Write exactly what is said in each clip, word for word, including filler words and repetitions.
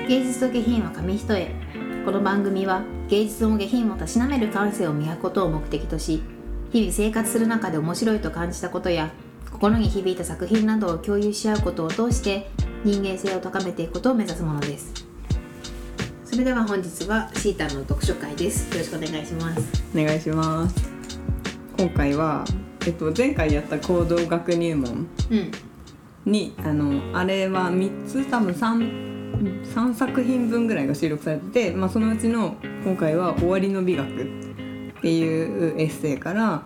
芸術と下品は紙一重。この番組は芸術も下品もたしなめる感性を磨くことを目的とし、日々生活する中で面白いと感じたことや心に響いた作品などを共有し合うことを通して人間性を高めていくことを目指すものです。それでは本日はシータの読書会です。よろしくお願いします。 お願いします。今回は、えっと、前回やった行動学入門に、うん、あのあれはみっつ多分 3, 3作品分ぐらいが収録されてて、まあ、そのうちの今回は終わりの美学っていうエッセイから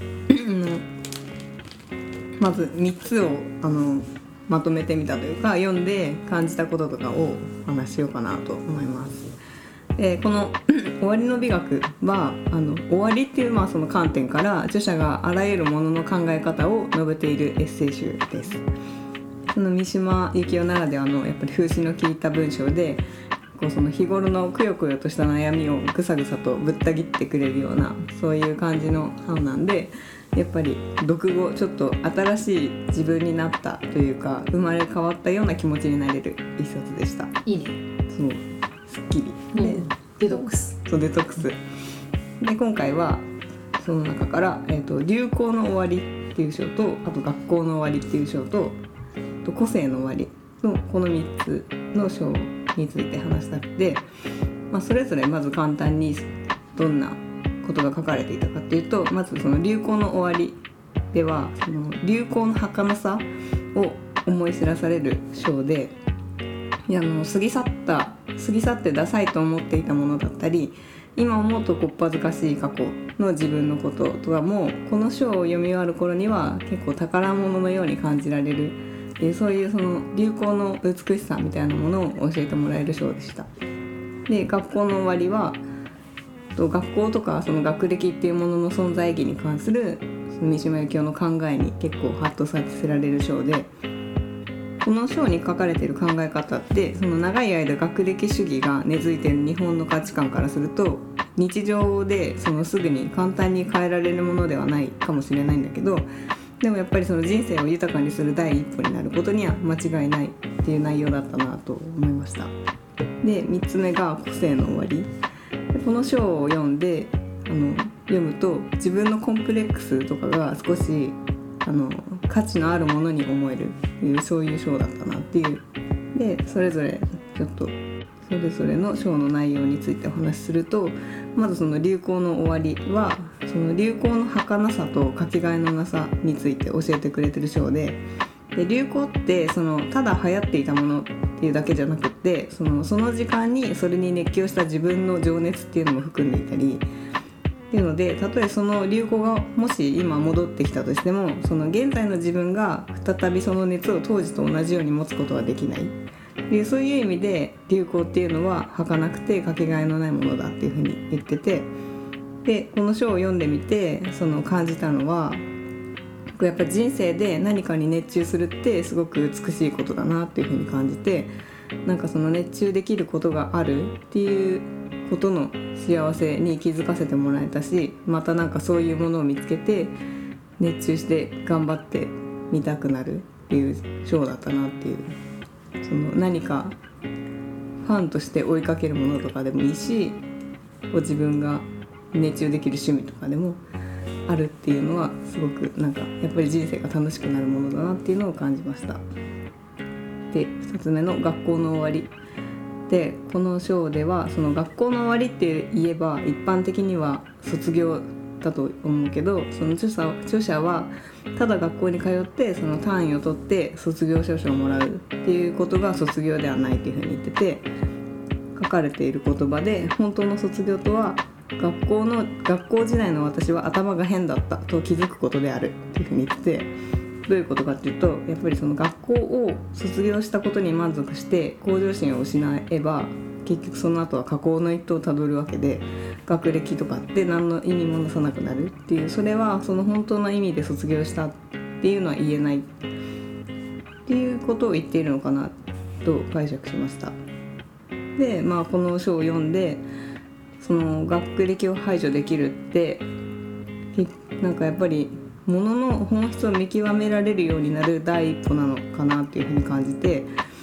まずみっつをあのまとめてみたというか、読んで感じたこととかをお話ししようかなと思います。でこの終わりの美学はあの終わりっていう、まあ、その観点から著者があらゆるものの考え方を述べているエッセイ集です。その三島由紀夫ならではのやっぱり風刺の効いた文章で、こうその日頃のくよくよとした悩みをぐさぐさとぶった切ってくれるような、そういう感じの本なんで、やっぱり読後ちょっと新しい自分になったというか、生まれ変わったような気持ちになれる一冊でした。 いいね。 そうすっきり、 うん、デトックスそうデトックスで、今回はその中から、えーと、流行の終わりっていう章と、あと学校の終わりっていう章と、と個性の終わりのこのみっつの章について話したくて、まあ、それぞれまず簡単にどんなことが書かれていたかっていうと、まずその流行の終わりではその流行の儚さを思い知らされる章で、いやもう過ぎ去った過ぎ去ってダサいと思っていたものだったり、今思うとこっぱずかしい過去の自分のこととはもうこの章を読み終わる頃には結構宝物のように感じられる、えそういうその流行の美しさみたいなものを教えてもらえる章でした。で学校の終わりは学校とかその学歴っていうものの存在意義に関する三島由紀夫の考えに結構ハッとさせられる章で、この章に書かれている考え方ってその長い間学歴主義が根付いている日本の価値観からすると日常でそのすぐに簡単に変えられるものではないかもしれないんだけど、でもやっぱりその人生を豊かにする第一歩になることには間違いないっていう内容だったなと思いました。でみっつめが個性の終わり。この章を読んであの読むと自分のコンプレックスとかが少しあの価値のあるものに思えるっていう、そういう章だったなっていう。でそれぞれちょっとそれぞれの章の内容についてお話しすると、まずその流行の終わりはその流行の儚さとかけがえのなさについて教えてくれてる章で、で流行ってそのただ流行っていたものっていうだけじゃなくて、そのその時間にそれに熱狂した自分の情熱っていうのも含んでいたりっていうので、たとえその流行がもし今戻ってきたとしても、その現在の自分が再びその熱を当時と同じように持つことはできないで、そういう意味で流行っていうのは儚くてかけがえのないものだっていうふうに言ってて、でこの章を読んでみてその感じたのは、やっぱり人生で何かに熱中するってすごく美しいことだなっていうふうに感じて、なんかその熱中できることがあるっていうことの幸せに気づかせてもらえたし、またなんかそういうものを見つけて熱中して頑張ってみたくなるっていう章だったなっていう。その何かファンとして追いかけるものとかでもいいし、自分が熱中できる趣味とかでもあるっていうのはすごくなんかやっぱり人生が楽しくなるものだなっていうのを感じました。でふたつめの学校の終わりで、この章ではその学校の終わりって言えば一般的には卒業だと思うけど、その著者、著者はただ学校に通ってその単位を取って卒業証書をもらうっていうことが卒業ではないというふうに言ってて、書かれている言葉で本当の卒業とは学校の学校時代の私は頭が変だったと気づくことであるっていうふうに言ってて、どういうことかっていうと、やっぱりその学校を卒業したことに満足して向上心を失えば結局その後は下降の一途をたどるわけで、学歴とかって何の意味もなさなくなるっていう、それはその本当の意味で卒業したっていうのは言えないっていうことを言っているのかなと解釈しました。でまあこの章を読んでその学歴を排除できるってなんかやっぱり物の本質を見極められるようになる第一歩なのかなっていうふうに感じて、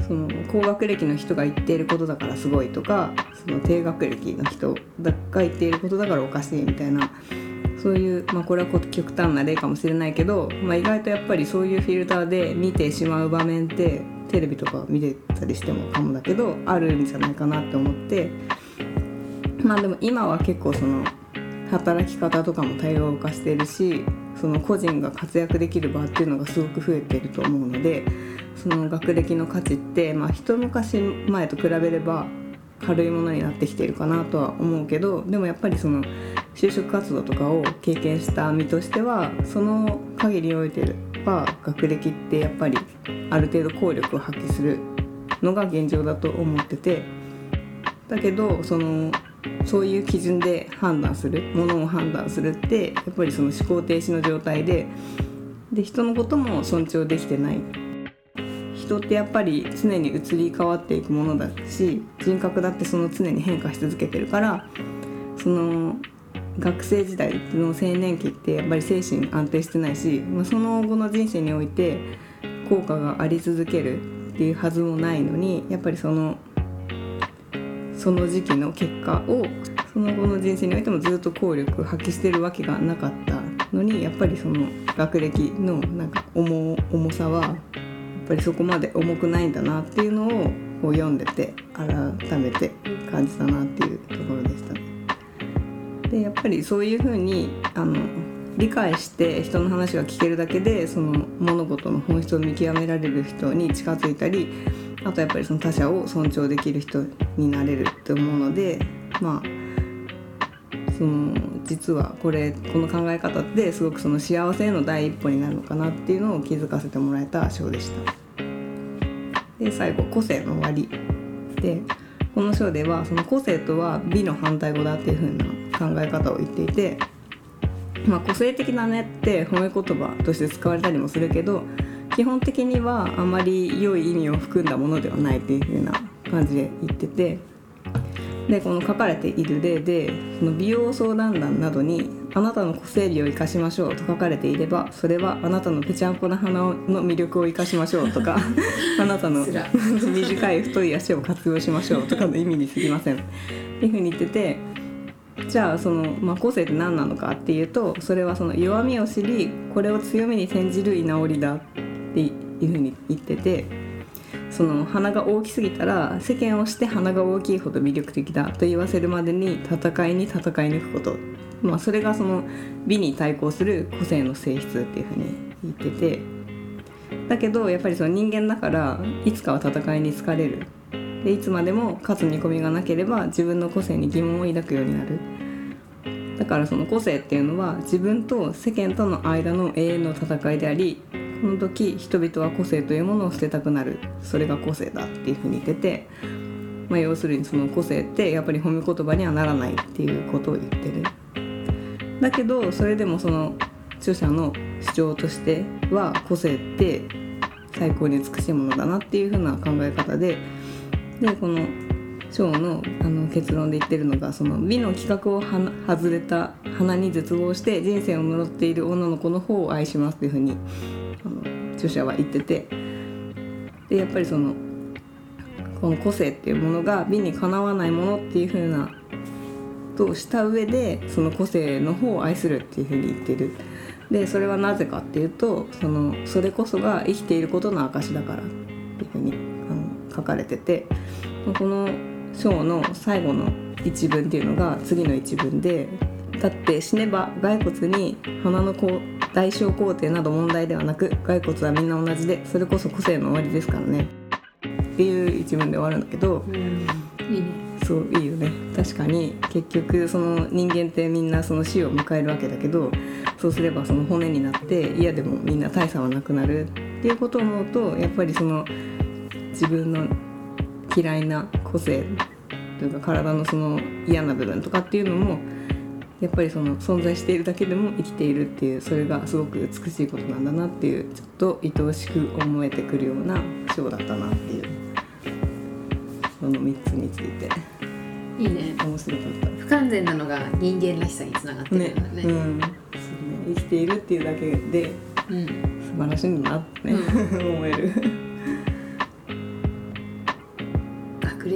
その高学歴の人が言っていることだからすごいとか、その低学歴の人が言っていることだからおかしいみたいな、そういう、まあ、これは極端な例かもしれないけど、まあ、意外とやっぱりそういうフィルターで見てしまう場面ってテレビとか見てたりしてもかもだけどあるんじゃないかなって思って、まあでも今は結構その働き方とかも多様化しているし、その個人が活躍できる場っていうのがすごく増えていると思うので、その学歴の価値って、まあ、一昔前と比べれば軽いものになってきているかなとは思うけど、でもやっぱりその就職活動とかを経験した身としては、その限りにおいては学歴ってやっぱりある程度効力を発揮するのが現状だと思ってて、だけどそのそういう基準で判断するものを判断するってやっぱりその思考停止の状態で、で人のことも尊重できてない。人ってやっぱり常に移り変わっていくものだし、人格だってその常に変化し続けてるから、その学生時代の青年期ってやっぱり精神安定してないし、まあ、その後の人生において効果があり続けるっていうはずもないのに、やっぱりそのその時期の結果をその後の人生においてもずっと効力を発揮してるわけがなかったのに、やっぱりその学歴のなんか 重, 重さはやっぱりそこまで重くないんだなっていうのをこう読んでて改めて感じたなっていうところでしたね。でやっぱりそういうふうにあの理解して人の話が聞けるだけで、その物事の本質を見極められる人に近づいたり、あとやっぱりその他者を尊重できる人になれると思うので、まあその実はこれこの考え方ってすごくその幸せへの第一歩になるのかなっていうのを気づかせてもらえた章でした。で最後、個性の終わりで、この章ではその個性とは美の反対語だっていう風な考え方を言っていて、まあ、個性的なねって褒め言葉として使われたりもするけど、基本的にはあまり良い意味を含んだものではないっていう風な感じで言ってて、でこの書かれている例で、その美容相談欄などにあなたの個性美を生かしましょうと書かれていれば、それはあなたのぺちゃんこな鼻の魅力を生かしましょうとかあなたの短い太い足を活用しましょうとかの意味に過ぎませんっていう風に言ってて、じゃあその、まあ、個性って何なのかっていうと、それはその弱みを知りこれを強みに転じる居直りだっていう風に言ってて、その鼻が大きすぎたら世間をして鼻が大きいほど魅力的だと言わせるまでに戦いに戦い抜くこと、まあ、それがその美に対抗する個性の性質っていう風に言ってて、だけどやっぱりその人間だからいつかは戦いに疲れる。でいつまでも勝つ見込みがなければ自分の個性に疑問を抱くようになる。だからその個性っていうのは自分と世間との間の永遠の戦いであり、この時人々は個性というものを捨てたくなる。それが個性だっていうふうに言ってて、まあ、要するにその個性ってやっぱり褒め言葉にはならないっていうことを言ってる。だけどそれでもその著者の主張としては個性って最高に美しいものだなっていうふうな考え方で、でこの章 の, あの結論で言ってるのが、その美の規格をは外れた花に絶望して人生を呪っている女の子の方を愛しますっていうふうにあの著者は言ってて、でやっぱりそのこの個性っていうものが美にかなわないものっていうふうなとした上で、その個性の方を愛するっていうふうに言ってる。でそれはなぜかっていうと、そのそれこそが生きていることの証だからっていうふうにあの書かれてて、この章の最後の一文っていうのが次の一文で、だって死ねば骸骨に鼻のこう代償工程など問題ではなく、骸骨はみんな同じで、それこそ個性の終わりですからねっていう一文で終わるんだけど、 うん、いいね。 そういいよね。確かに結局その人間ってみんなその死を迎えるわけだけど、そうすればその骨になって嫌でもみんな大差はなくなるっていうことを思うと、やっぱりその自分の嫌いな個性というか体のその嫌な部分とかっていうのもやっぱりその存在しているだけでも生きているっていう、それがすごく美しいことなんだなっていう、ちょっと愛おしく思えてくるような章だったなっていう、そのみっつについていいね。 面白かった。 不完全なのが人間らしさにつながってるんだね。 ね、うん、そうね、生きているっていうだけで、うん、素晴らしいんだなって、ね、うん、思える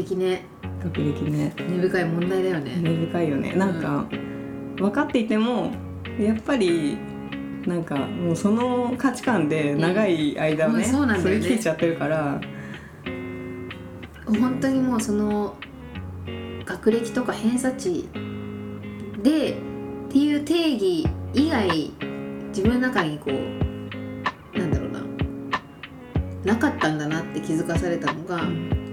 歴ね、 学歴ね、 根深い問題だよね。 根深いよね。なんか、うん、分かっていてもやっぱりなんかもうその価値観で長い間ね、うん、そうなんだよね、それ聞いちゃってるから、 本当にもうその学歴とか偏差値でっていう定義以外自分の中にこうなんだろうななかったんだなって気づかされたのが、うん、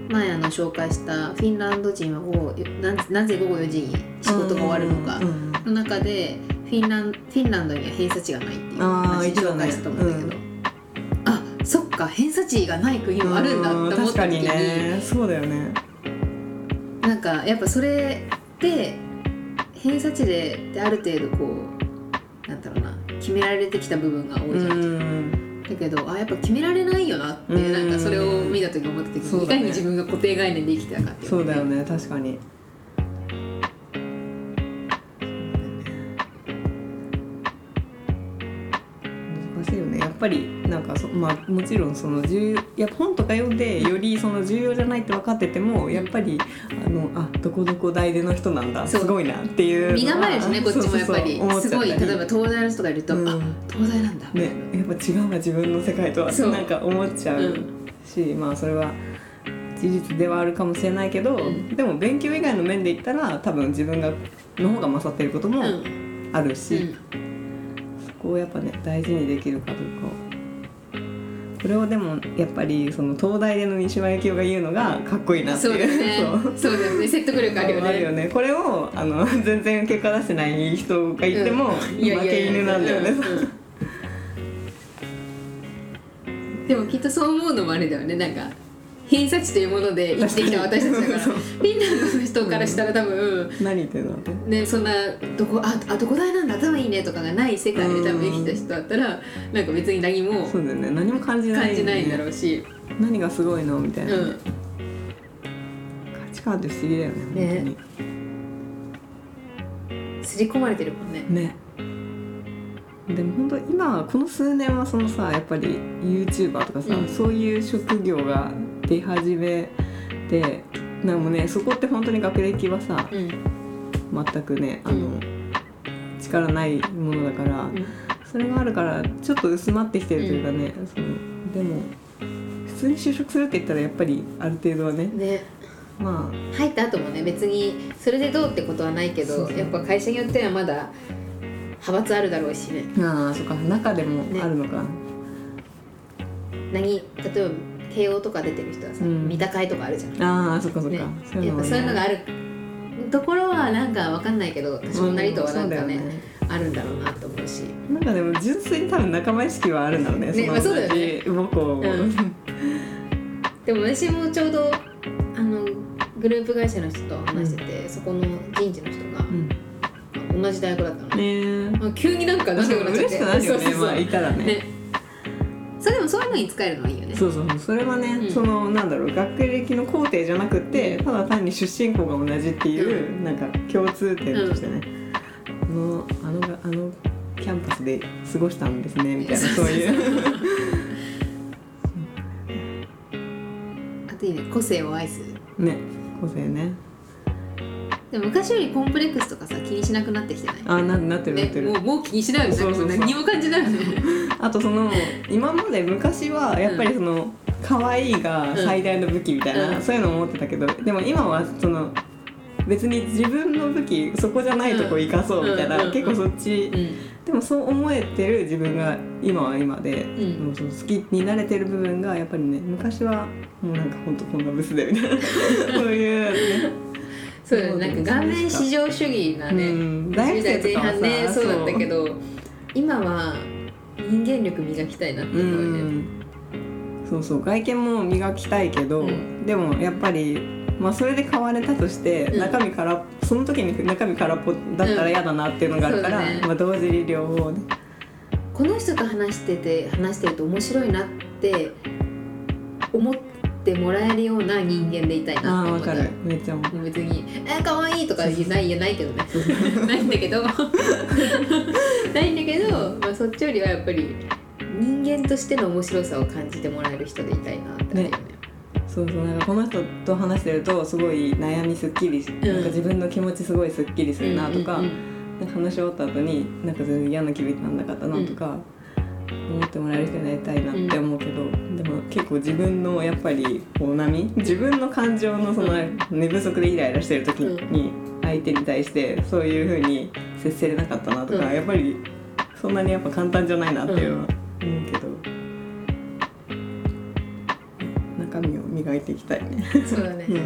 前あの紹介したフィンランド人は午後 な, なぜ午後よじに仕事が終わるのかの中でフィンラン、フィンランドには偏差値がないっていう話紹介したと思うんだけど、うん、あ、そっか偏差値がない国もあるんだって思った時に、確かにね、そうだよね。 なんかやっぱそれで偏差値で, である程度こうなんだろうな決められてきた部分が多いじゃん。うんだけどあやっぱ決められないよなってなんかそれを見た時思った時に、いかに自分が固定概念で生きてたかっていう、ね、 そうだよね、確かに。やっぱりなんかそ、まあ、もちろんその重要いや本とか読んでよりその重要じゃないって分かっててもやっぱりあのあどこどこ大での人なんだすごいなっていう身構えるしねこっちもやっぱりそうそうそうすごい例えば東大の人がいると、うん、あ東大なんだねやっぱ違うな自分の世界とはなんか思っちゃうし、うん、まあそれは事実ではあるかもしれないけど、うん、でも勉強以外の面で言ったら多分自分がの方が勝っていることもあるし、うんうんこうやっぱね大事にできるかどうかをこれをでもやっぱりその東大での三島由紀夫が言うのがかっこいいなっていう、 そうですねそうですね説得力あるよねあるよねこれをあの全然結果出してない人が言っても、うん、負け犬なんだよねでもきっとそう思うのもあれだよねなんか偏差値というもので生きてきた私たちだからフィンランドの人からしたら多分、 うん、何言ってんのねそんなどこ あ, あどこ大なんだ頭いいねとかがない世界で多分生きた人だったらなんか別に何もそうだよね何も感じない、ね、 感じないんだろうし何がすごいのみたいな、うん、価値観って不思議だよねね本当に刷り込まれてるもんねねでも本当今この数年はそのさやっぱり YouTuber とかさ、うん、そういう職業が出始めてなんもねそこって本当に学歴はさ、うん、全くねあの、うん、力ないものだから、うん、それがあるからちょっと薄まってきてるというかね、うん、そのでも普通に就職するって言ったらやっぱりある程度はねねまあ入った後もね別にそれでどうってことはないけどそうそうやっぱ会社によってはまだ派閥あるだろうしねああそっか中でもあるのか、ね、 何例えば慶応とか出てる人はさ、うん、三田会とかあるじゃんああそっかそっか、ね、 そういうの、ね、やっぱそういうのがあるところはなんか分かんないけど私もなりとはなんかね、うんね、あるんだろうなと思うしなんかでも純粋に多分仲間意識はあるんだろうねねそのそうだよね母校、うん、 でも私もちょうどあのグループ会社の人と話してて、うん、そこの人事の人が、うん同じ大学だったのね、まあ、急になんか仲良くなっちゃって嬉しくなるよね、まあ、いたら ね, ねそれでもそういうのに使えるのはいいよねそうそうそれはね、うん、そのなんだろう学歴の工程じゃなくて、うん、ただ単に出身校が同じっていう、うん、なんか共通点としてね、うん、のあのあのキャンパスで過ごしたんですねみたいなそういうあといいね個性を愛すね個性ねでも昔よりコンプレックスとかさ気にしなくなってきてないあ な, なってるなってる、 ね、も, うもう気にしないよねそうそうそう何も感じないよねあとその今まで昔はやっぱりその、うん、可愛いが最大の武器みたいな、うん、そういうのを思ってたけどでも今はその別に自分の武器そこじゃないとこ生かそうみたいな、うん、結構そっち、うん、でもそう思えてる自分が今は今で、うん、もうその好きになれてる部分がやっぱりね昔はもうなんかほんとこんなブスでみたいなそういうねそうだね、なんか顔面至上主義なね、うん、 大学生とかはさ前半ねそうだったけど今は人間力磨きたいなって思うね、うん、 そうそう外見も磨きたいけど、うん、でもやっぱり、まあ、それで変われたとして、うん、中身からその時に中身空っぽだったら嫌だなっていうのがあるから、うんねまあ、同時に両方ねこの人と話してて話してると面白いなって思ってってもらえるような人間でいたいなって思った。あ、わかる。めっちゃ思う。別にえ可愛いとか言えない言えないけどね。ないんだけどないんだけど、まあそっちよりはやっぱり人間としての面白さを感じてもらえる人でいたいなって思うよね。 ねそうそう、なんかこの人と話してるとすごい悩みすっきり、うん、なんか自分の気持ちすごいすっきりするなとか、うんうんうん、なんか話し終わった後になんか全然嫌な気分にならなかったなとか、うん、思ってもらえる人になりたいなって思うけど、うん、でも結構自分のやっぱりこう波自分の感情のその寝不足でイライラしてる時に相手に対してそういう風に接せれなかったなとか、うん、やっぱりそんなにやっぱ簡単じゃないなっていうのは思うけど、うん、中身を磨いていきたいね。 そうだね、うん、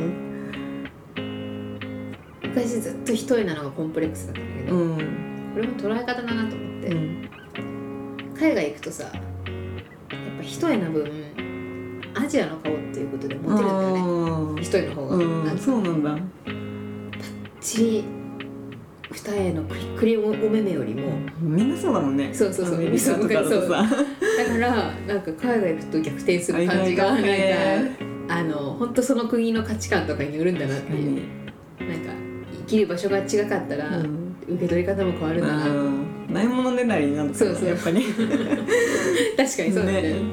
昔ずっと一重なのがコンプレックスだったんだけど、うん、これも捉え方だなと思って、うん、海外行くとさやっぱ一重な分アジアの顔っていうことでモテるんだよね。一重の方が、うん、 なんかそうなんだ。 パッチリ二重のクリクリお目目よりも、 うん、みんなそうだもんね。 そうそうそう、 アメリカとかだとさだからなんか海外行くと逆転する感じがなんかあの本当その国の価値観とかによるんだなっていう。なんか生きる場所が違かったら、うん、受け取り方も変わるんだな。 ないものねだりなんだそうそうやっぱり確かにそうだね。ね、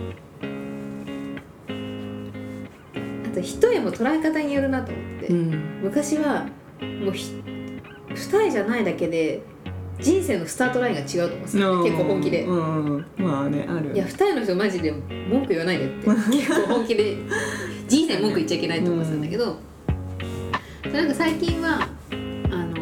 あと一重も捉え方によるなと思って、うん、昔はもうひ二重じゃないだけで人生のスタートラインが違うと思うんですよ、結構本気で、 うん、まあねある。 いや二重の人マジで文句言わないでって結構本気で人生文句言っちゃいけないと思ってたんだけど、うん、なんか最近はあの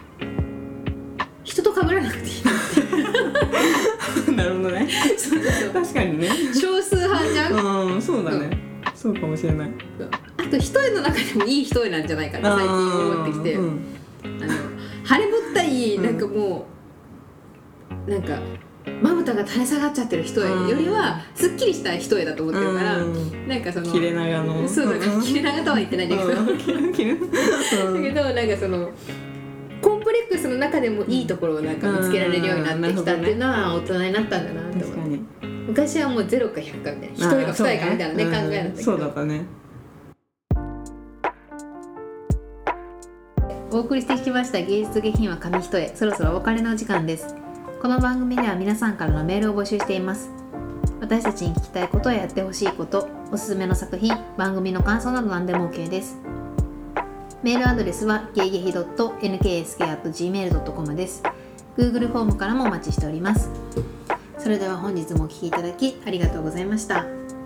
人と被らなくていいなってなるほどね。 そうそう確かにね。 少数派じゃん。 うん、そうだね、うん、そうかもしれない。 あと一重の中でもいい一重なんじゃないかな最近思ってきて、あ、うん、あの腫れぼったいなんかもう、うん、なんかまぶたが垂れ下がっちゃってる一重よりはすっきりした一重だと思ってるから、うん、なんかその切れ長のそうだね、切れ長とは言ってないんだけど、うん、だけどなんかそのコンプレックスの中でもいいところをなんか見つけられるようになってきたっていうのは大人になったんだなって思って、昔はもうゼロかひゃくかみたいな、一重か二重かみたいなね、考えなんだけど、 そうだったね。 お送りしてきました芸術下品は紙一重、そろそろお別れの時間です。この番組では皆さんからのメールを募集しています。私たちに聞きたいことややってほしいこと、おすすめの作品、番組の感想など何でも OK です。メールアドレスはゲイゲヒ ドットエヌケーエスケー アット ジーメール ドットコム です。 Google フォームからもお待ちしております。それでは本日もお聞きいただきありがとうございました。